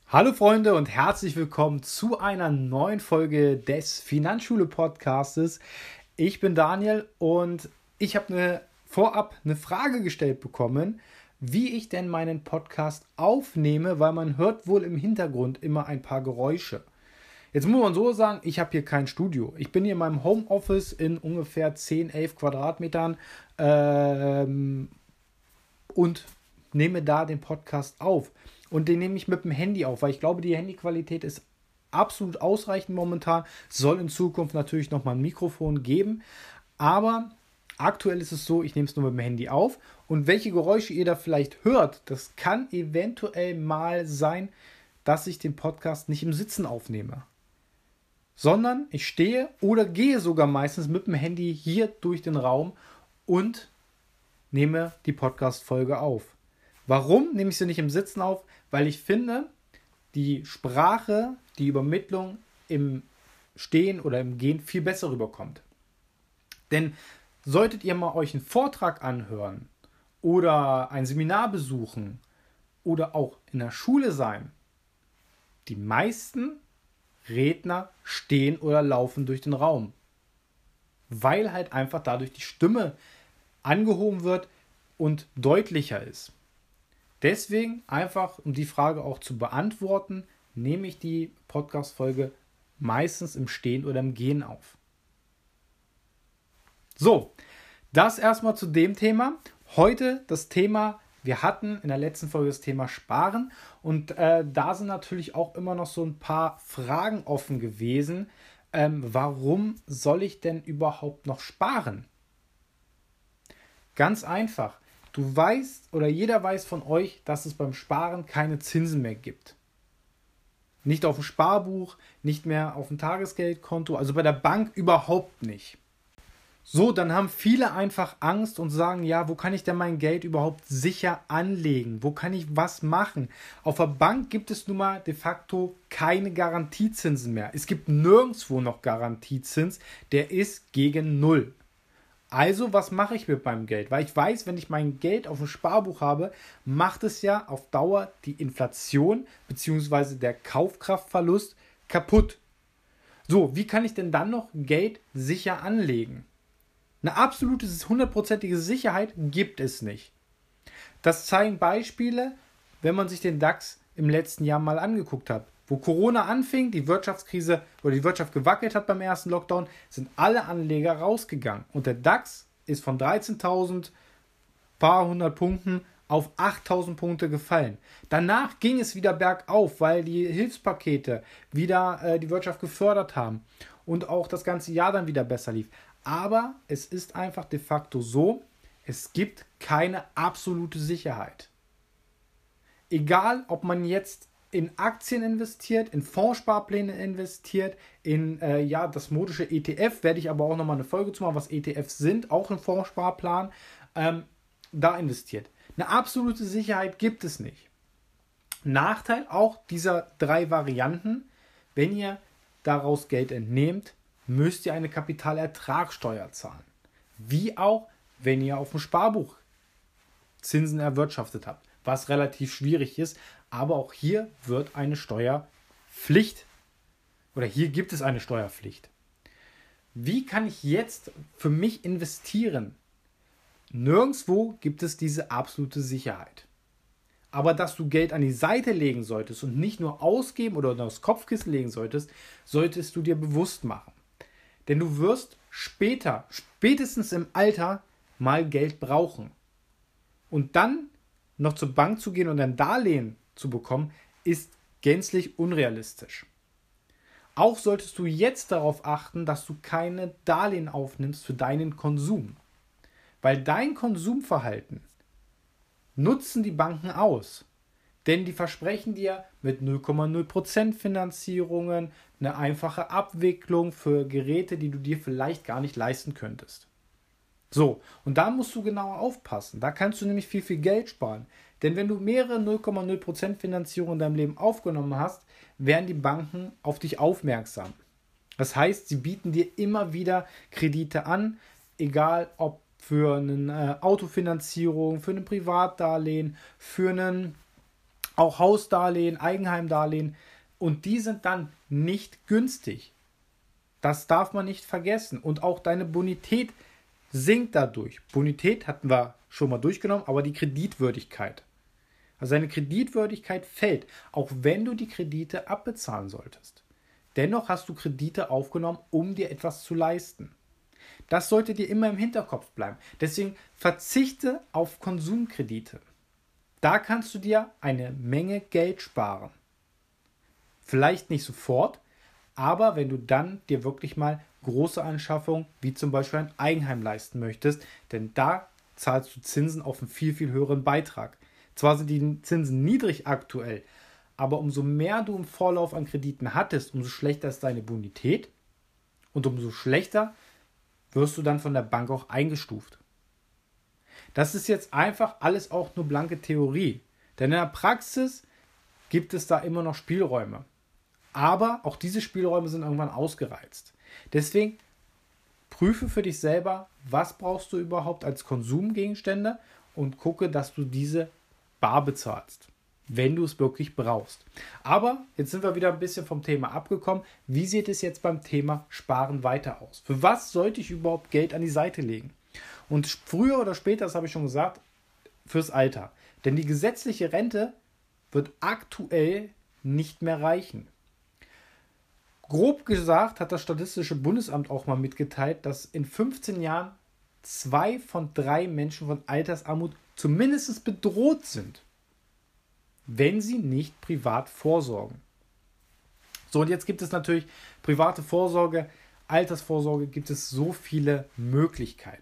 Hallo Freunde und herzlich willkommen zu einer neuen Folge des Finanzschule-Podcastes. Ich bin Daniel und ich habe vorab eine Frage gestellt bekommen, wie ich denn meinen Podcast aufnehme, weil man hört wohl im Hintergrund immer ein paar Geräusche. Jetzt muss man so sagen, ich habe hier kein Studio. Ich bin hier in meinem Homeoffice in ungefähr 10, 11 Quadratmetern und nehme da den Podcast auf. Und den nehme ich mit dem Handy auf, weil ich glaube, die Handyqualität ist absolut ausreichend momentan. Soll in Zukunft natürlich nochmal ein Mikrofon geben. Aber aktuell ist es so, ich nehme es nur mit dem Handy auf. Und welche Geräusche ihr da vielleicht hört, das kann eventuell mal sein, dass ich den Podcast nicht im Sitzen aufnehme. Sondern ich stehe oder gehe sogar meistens mit dem Handy hier durch den Raum und nehme die Podcast-Folge auf. Warum nehme ich sie nicht im Sitzen auf? Weil ich finde, die Sprache, die Übermittlung im Stehen oder im Gehen viel besser rüberkommt. Denn solltet ihr mal euch einen Vortrag anhören oder ein Seminar besuchen oder auch in der Schule sein, die meisten Redner stehen oder laufen durch den Raum. Weil halt einfach dadurch die Stimme angehoben wird und deutlicher ist. Deswegen einfach, um die Frage auch zu beantworten, nehme ich die Podcast-Folge meistens im Stehen oder im Gehen auf. So, das erstmal zu dem Thema. Heute das Thema, wir hatten in der letzten Folge das Thema Sparen und da sind natürlich auch immer noch so ein paar Fragen offen gewesen. Warum soll ich denn überhaupt noch sparen? Ganz einfach. Du weißt oder jeder weiß von euch, dass es beim Sparen keine Zinsen mehr gibt. Nicht auf dem Sparbuch, nicht mehr auf dem Tagesgeldkonto, also bei der Bank überhaupt nicht. So, dann haben viele einfach Angst und sagen, ja, wo kann ich denn mein Geld überhaupt sicher anlegen? Wo kann ich was machen? Auf der Bank gibt es nun mal de facto keine Garantiezinsen mehr. Es gibt nirgendwo noch Garantiezins, der ist gegen Null. Also, was mache ich mit meinem Geld? Weil ich weiß, wenn ich mein Geld auf dem Sparbuch habe, macht es ja auf Dauer die Inflation bzw. der Kaufkraftverlust kaputt. So, wie kann ich denn dann noch Geld sicher anlegen? Eine absolute, 100%ige Sicherheit gibt es nicht. Das zeigen Beispiele, wenn man sich den DAX im letzten Jahr mal angeguckt hat. Wo Corona anfing, die Wirtschaftskrise oder die Wirtschaft gewackelt hat beim ersten Lockdown, sind alle Anleger rausgegangen. Und der DAX ist von 13.000 paar hundert Punkten auf 8.000 Punkte gefallen. Danach ging es wieder bergauf, weil die Hilfspakete wieder die Wirtschaft gefördert haben und auch das ganze Jahr dann wieder besser lief. Aber es ist einfach de facto so, es gibt keine absolute Sicherheit. Egal, ob man jetzt in Aktien investiert, in Fondssparpläne investiert, in das modische ETF, werde ich aber auch nochmal eine Folge zu machen, was ETFs sind, auch ein Fondssparplan, da investiert. Eine absolute Sicherheit gibt es nicht. Nachteil auch dieser 3 Varianten, wenn ihr daraus Geld entnehmt, müsst ihr eine Kapitalertragssteuer zahlen. Wie auch, wenn ihr auf dem Sparbuch Zinsen erwirtschaftet habt, was relativ schwierig ist, aber auch hier wird eine Steuerpflicht oder hier gibt es eine Steuerpflicht. Wie kann ich jetzt für mich investieren? Nirgendwo gibt es diese absolute Sicherheit. Aber dass du Geld an die Seite legen solltest und nicht nur ausgeben oder aufs Kopfkissen legen solltest, solltest du dir bewusst machen. Denn du wirst später, spätestens im Alter, mal Geld brauchen. Und dann noch zur Bank zu gehen und ein Darlehen zu bekommen, ist gänzlich unrealistisch. Auch solltest du jetzt darauf achten, dass du keine Darlehen aufnimmst für deinen Konsum. Weil dein Konsumverhalten nutzen die Banken aus. Denn die versprechen dir mit 0,0% Finanzierungen eine einfache Abwicklung für Geräte, die du dir vielleicht gar nicht leisten könntest. So, und da musst du genauer aufpassen. Da kannst du nämlich viel, viel Geld sparen. Denn wenn du mehrere 0,0% Finanzierung in deinem Leben aufgenommen hast, werden die Banken auf dich aufmerksam. Das heißt, sie bieten dir immer wieder Kredite an, egal ob für eine Autofinanzierung, für ein Privatdarlehen, für einen Auch Hausdarlehen, Eigenheimdarlehen. Und die sind dann nicht günstig. Das darf man nicht vergessen. Und auch deine Bonität sinkt dadurch. Bonität hatten wir schon mal durchgenommen, aber die Kreditwürdigkeit. Also deine Kreditwürdigkeit fällt, auch wenn du die Kredite abbezahlen solltest. Dennoch hast du Kredite aufgenommen, um dir etwas zu leisten. Das sollte dir immer im Hinterkopf bleiben. Deswegen verzichte auf Konsumkredite. Da kannst du dir eine Menge Geld sparen. Vielleicht nicht sofort, aber wenn du dann dir wirklich mal große Anschaffungen, wie zum Beispiel ein Eigenheim leisten möchtest, denn da zahlst du Zinsen auf einen viel, viel höheren Beitrag. Zwar sind die Zinsen niedrig aktuell, aber umso mehr du im Vorlauf an Krediten hattest, umso schlechter ist deine Bonität und umso schlechter wirst du dann von der Bank auch eingestuft. Das ist jetzt einfach alles auch nur blanke Theorie, denn in der Praxis gibt es da immer noch Spielräume. Aber auch diese Spielräume sind irgendwann ausgereizt. Deswegen prüfe für dich selber, was brauchst du überhaupt als Konsumgegenstände und gucke, dass du diese bar bezahlst, wenn du es wirklich brauchst. Aber jetzt sind wir wieder ein bisschen vom Thema abgekommen. Wie sieht es jetzt beim Thema Sparen weiter aus? Für was sollte ich überhaupt Geld an die Seite legen? Und früher oder später, das habe ich schon gesagt, fürs Alter. Denn die gesetzliche Rente wird aktuell nicht mehr reichen. Grob gesagt hat das Statistische Bundesamt auch mal mitgeteilt, dass in 15 Jahren 2 von 3 Menschen von Altersarmut zumindest bedroht sind, wenn sie nicht privat vorsorgen. So, und jetzt gibt es natürlich private Vorsorge, Altersvorsorge, gibt es so viele Möglichkeiten.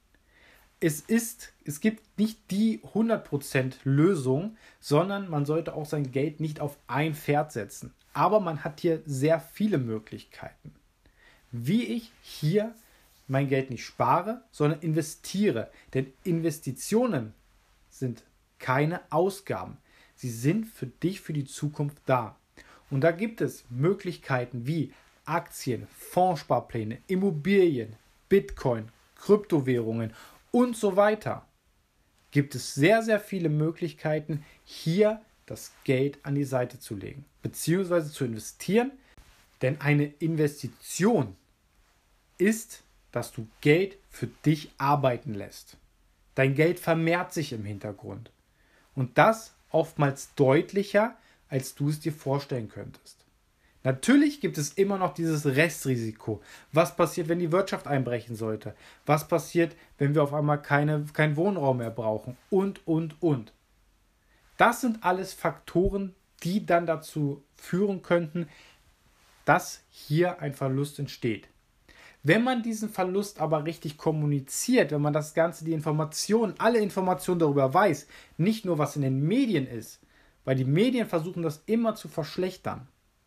Es gibt nicht die 100% Lösung, sondern man sollte auch sein Geld nicht auf ein Pferd setzen. Aber man hat hier sehr viele Möglichkeiten. Wie ich hier mein Geld nicht spare, sondern investiere. Denn Investitionen sind keine Ausgaben. Sie sind für dich, für die Zukunft da. Und da gibt es Möglichkeiten wie Aktien, Fondssparpläne, Immobilien, Bitcoin, Kryptowährungen und so weiter. Gibt es sehr, sehr viele Möglichkeiten, hier das Geld an die Seite zu legen, beziehungsweise zu investieren. Denn eine Investition ist, dass du Geld für dich arbeiten lässt. Dein Geld vermehrt sich im Hintergrund. Und das oftmals deutlicher, als du es dir vorstellen könntest. Natürlich gibt es immer noch dieses Restrisiko. Was passiert, wenn die Wirtschaft einbrechen sollte? Was passiert, wenn wir auf einmal keinen Wohnraum mehr brauchen? Und. Das sind alles Faktoren, die dann dazu führen könnten, dass hier ein Verlust entsteht. Wenn man diesen Verlust aber richtig kommuniziert, wenn man das Ganze, die Informationen, alle Informationen darüber weiß, nicht nur was in den Medien ist, weil die Medien versuchen das immer zu verschlechtern,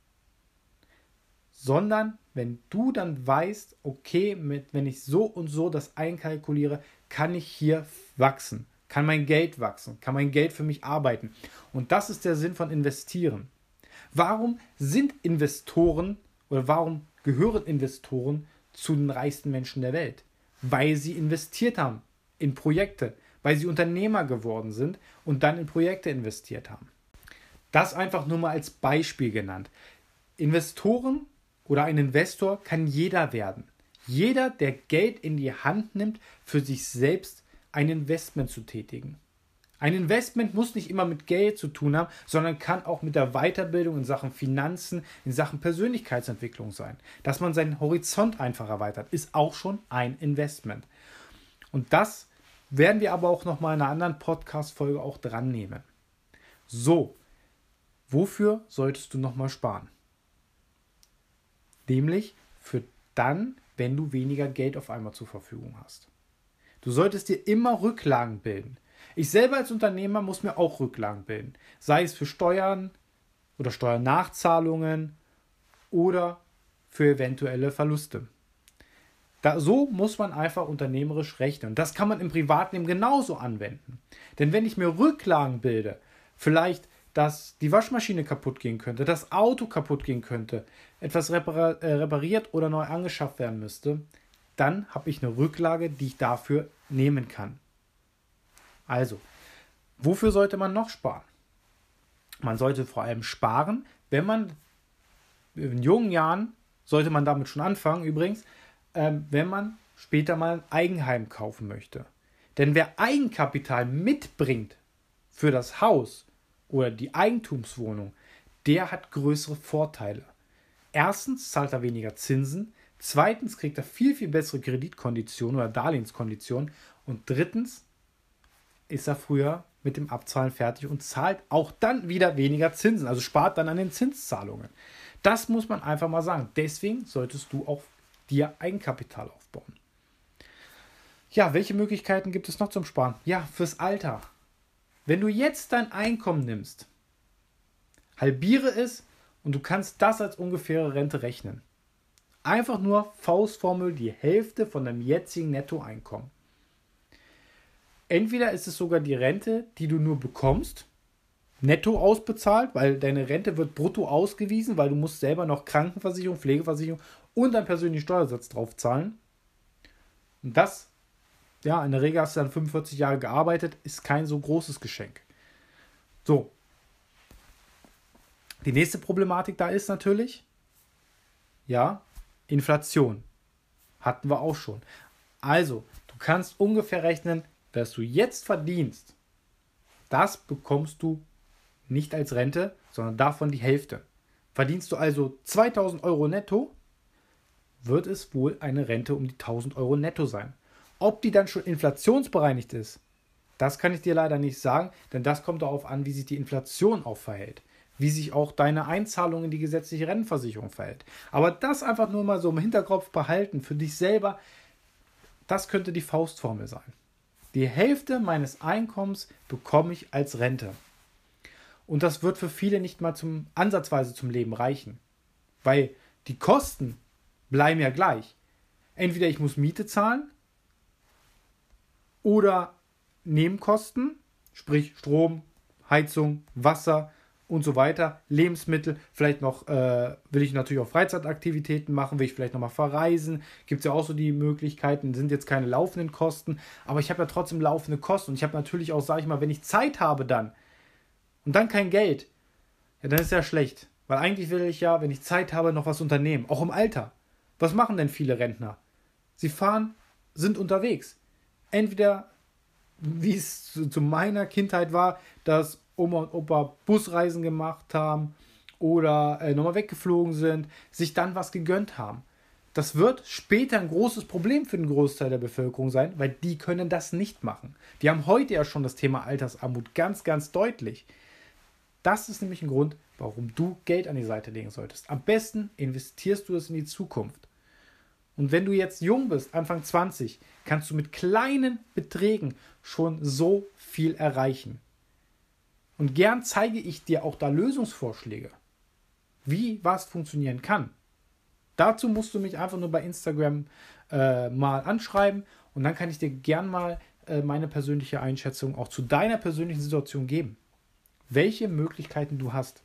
sondern wenn du dann weißt, okay, wenn ich so und so das einkalkuliere, kann ich hier wachsen, kann mein Geld wachsen, kann mein Geld für mich arbeiten. Und das ist der Sinn von Investieren. Warum sind Investoren oder warum gehören Investoren zu den reichsten Menschen der Welt? Weil sie investiert haben in Projekte, weil sie Unternehmer geworden sind und dann in Projekte investiert haben. Das einfach nur mal als Beispiel genannt. Investoren oder ein Investor kann jeder werden. Jeder, der Geld in die Hand nimmt, für sich selbst ein Investment zu tätigen. Ein Investment muss nicht immer mit Geld zu tun haben, sondern kann auch mit der Weiterbildung in Sachen Finanzen, in Sachen Persönlichkeitsentwicklung sein. Dass man seinen Horizont einfach erweitert, ist auch schon ein Investment. Und das werden wir aber auch nochmal in einer anderen Podcast-Folge auch dran nehmen. So, wofür solltest du nochmal sparen? Nämlich für dann, wenn du weniger Geld auf einmal zur Verfügung hast. Du solltest dir immer Rücklagen bilden. Ich selber als Unternehmer muss mir auch Rücklagen bilden. Sei es für Steuern oder Steuernachzahlungen oder für eventuelle Verluste. So muss man einfach unternehmerisch rechnen. Und das kann man im Privatleben genauso anwenden. Denn wenn ich mir Rücklagen bilde, vielleicht, dass die Waschmaschine kaputt gehen könnte, das Auto kaputt gehen könnte, etwas repariert oder neu angeschafft werden müsste, dann habe ich eine Rücklage, die ich dafür nehmen kann. Also, wofür sollte man noch sparen? Man sollte vor allem sparen, wenn man in jungen Jahren, sollte man damit schon anfangen übrigens, wenn man später mal ein Eigenheim kaufen möchte. Denn wer Eigenkapital mitbringt für das Haus oder die Eigentumswohnung, der hat größere Vorteile. Erstens zahlt er weniger Zinsen, zweitens kriegt er viel, viel bessere Kreditkonditionen oder Darlehenskonditionen und drittens ist er früher mit dem Abzahlen fertig und zahlt auch dann wieder weniger Zinsen, also spart dann an den Zinszahlungen. Das muss man einfach mal sagen. Deswegen solltest du auch dir Eigenkapital aufbauen. Ja, welche Möglichkeiten gibt es noch zum Sparen? Ja, fürs Alter. Wenn du jetzt dein Einkommen nimmst, halbiere es und du kannst das als ungefähre Rente rechnen. Einfach nur Faustformel, die Hälfte von deinem jetzigen Nettoeinkommen. Entweder ist es sogar die Rente, die du nur bekommst, netto ausbezahlt, weil deine Rente wird brutto ausgewiesen, weil du musst selber noch Krankenversicherung, Pflegeversicherung und deinen persönlichen Steuersatz drauf zahlen. Und das, ja, in der Regel hast du dann 45 Jahre gearbeitet, ist kein so großes Geschenk. So. Die nächste Problematik da ist natürlich, ja, Inflation. Hatten wir auch schon. Also, du kannst ungefähr rechnen, was du jetzt verdienst, das bekommst du nicht als Rente, sondern davon die Hälfte. Verdienst du also 2.000 Euro netto, wird es wohl eine Rente um die 1.000 Euro netto sein. Ob die dann schon inflationsbereinigt ist, das kann ich dir leider nicht sagen, denn das kommt darauf an, wie sich die Inflation auch verhält. Wie sich auch deine Einzahlung in die gesetzliche Rentenversicherung verhält. Aber das einfach nur mal so im Hinterkopf behalten, für dich selber, das könnte die Faustformel sein. Die Hälfte meines Einkommens bekomme ich als Rente. Und das wird für viele nicht mal ansatzweise zum Leben reichen. Weil die Kosten bleiben ja gleich. Entweder ich muss Miete zahlen oder Nebenkosten, sprich Strom, Heizung, Wasser und so weiter, Lebensmittel, vielleicht noch will ich natürlich auch Freizeitaktivitäten machen, will ich vielleicht nochmal verreisen, gibt es ja auch so die Möglichkeiten, sind jetzt keine laufenden Kosten, aber ich habe ja trotzdem laufende Kosten und ich habe natürlich auch, sage ich mal, wenn ich Zeit habe dann und dann kein Geld, ja, dann ist ja schlecht, weil eigentlich will ich ja, wenn ich Zeit habe, noch was unternehmen, auch im Alter. Was machen denn viele Rentner? Sie sind unterwegs. Entweder, wie es zu meiner Kindheit war, dass Oma und Opa Busreisen gemacht haben oder nochmal weggeflogen sind, sich dann was gegönnt haben. Das wird später ein großes Problem für den Großteil der Bevölkerung sein, weil die können das nicht machen. Wir haben heute ja schon das Thema Altersarmut ganz, ganz deutlich. Das ist nämlich ein Grund, warum du Geld an die Seite legen solltest. Am besten investierst du es in die Zukunft. Und wenn du jetzt jung bist, Anfang 20, kannst du mit kleinen Beträgen schon so viel erreichen. Und gern zeige ich dir auch da Lösungsvorschläge, wie was funktionieren kann. Dazu musst du mich einfach nur bei Instagram mal anschreiben und dann kann ich dir gern mal meine persönliche Einschätzung auch zu deiner persönlichen Situation geben. Welche Möglichkeiten du hast.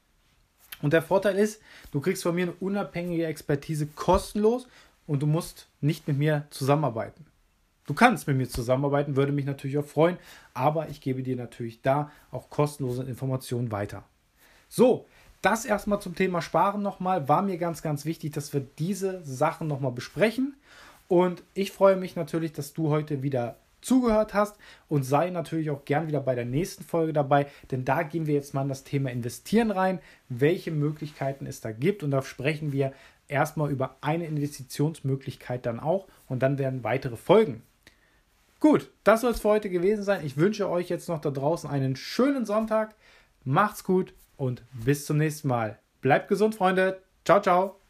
Und der Vorteil ist, du kriegst von mir eine unabhängige Expertise kostenlos und du musst nicht mit mir zusammenarbeiten. Du kannst mit mir zusammenarbeiten, würde mich natürlich auch freuen, aber ich gebe dir natürlich da auch kostenlose Informationen weiter. So, das erstmal zum Thema Sparen nochmal. War mir ganz, ganz wichtig, dass wir diese Sachen nochmal besprechen. Und ich freue mich natürlich, dass du heute wieder zugehört hast und sei natürlich auch gern wieder bei der nächsten Folge dabei, denn da gehen wir jetzt mal in das Thema Investieren rein, welche Möglichkeiten es da gibt und da sprechen wir erstmal über eine Investitionsmöglichkeit dann auch und dann werden weitere folgen. Gut, das soll es für heute gewesen sein. Ich wünsche euch jetzt noch da draußen einen schönen Sonntag. Macht's gut und bis zum nächsten Mal. Bleibt gesund, Freunde. Ciao, ciao.